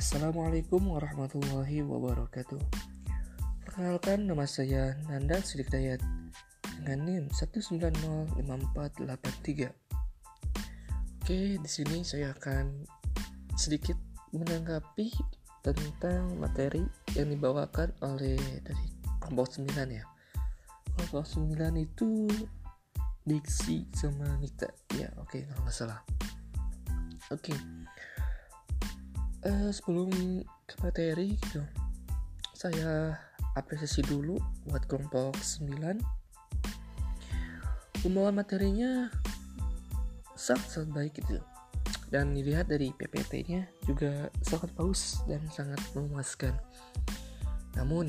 Assalamualaikum warahmatullahi wabarakatuh. Perkenalkan, nama saya Nanda Sidik Dayat dengan NIM 1905483. Oke, di sini saya akan sedikit menanggapi tentang materi yang dibawakan oleh dari kelompok 9 ya. Kelompok 9 itu diksi sama Nita. Ya, oke, nggak masalah. Oke. Sebelum ke materi gitu, saya apresiasi dulu buat kelompok 9. Pembawaan materinya sangat baik gitu. Dan dilihat dari PPT-nya juga sangat bagus dan sangat memuaskan. Namun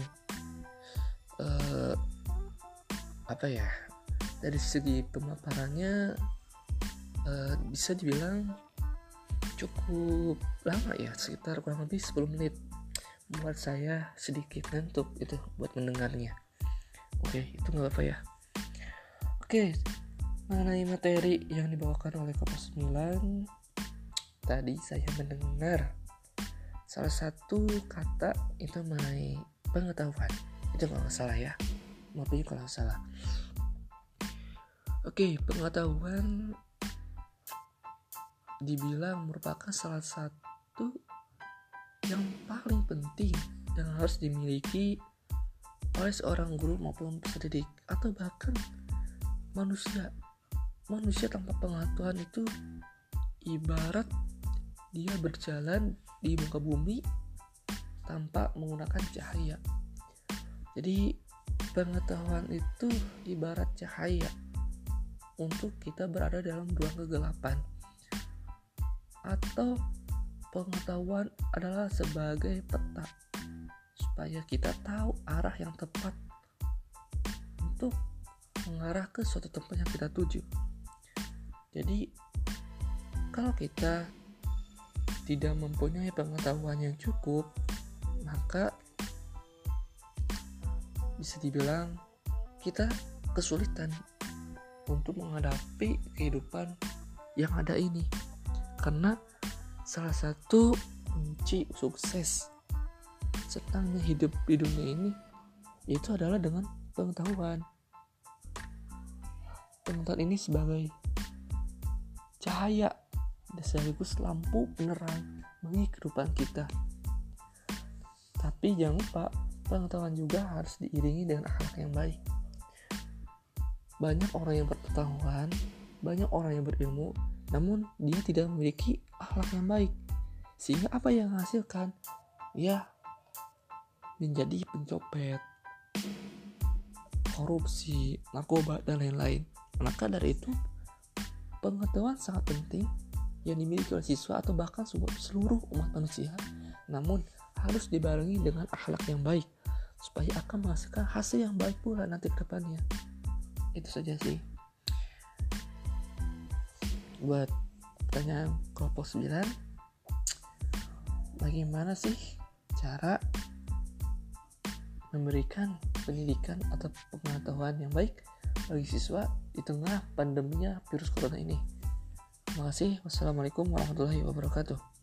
dari segi pemaparannya bisa dibilang cukup lama ya, sekitar kurang lebih 10 menit. Buat saya sedikit ngantuk itu buat mendengarnya. Oke, itu gak apa-apa ya. Oke, mengenai materi yang dibawakan oleh kelompok 9, tadi saya mendengar salah satu kata itu mengenai pengetahuan. Itu gak salah ya, maafin kalau salah. Oke, pengetahuan dibilang merupakan salah satu yang paling penting yang harus dimiliki oleh seorang guru maupun peserta didik, atau bahkan manusia tanpa pengetahuan itu ibarat dia berjalan di muka bumi tanpa menggunakan cahaya. Jadi pengetahuan itu ibarat cahaya untuk kita berada dalam ruang kegelapan, atau pengetahuan adalah sebagai peta supaya kita tahu arah yang tepat untuk mengarah ke suatu tempat yang kita tuju. Jadi kalau kita tidak mempunyai pengetahuan yang cukup, maka bisa dibilang kita kesulitan untuk menghadapi kehidupan yang ada ini. Karena salah satu kunci sukses senangnya hidup di dunia ini itu adalah dengan pengetahuan. Pengetahuan ini sebagai cahaya dan sekaligus lampu penerang bagi kehidupan kita. Tapi jangan lupa, pengetahuan juga harus diiringi dengan akhlak yang baik. Banyak orang yang berpengetahuan, banyak orang yang berilmu, namun dia tidak memiliki akhlak yang baik, sehingga apa yang menghasilkan? Ya, menjadi pencopet, korupsi, narkoba, dan lain-lain. Maka dari itu, pengetahuan sangat penting yang dimiliki oleh siswa atau bahkan seluruh umat manusia, namun harus dibarengi dengan akhlak yang baik supaya akan menghasilkan hasil yang baik pula nanti ke depannya. Itu saja sih. Buat pertanyaan kelompok 9, bagaimana sih cara memberikan pendidikan atau pengetahuan yang baik bagi siswa di tengah pandeminya virus corona ini? Terima kasih. Wassalamualaikum warahmatullahi wabarakatuh.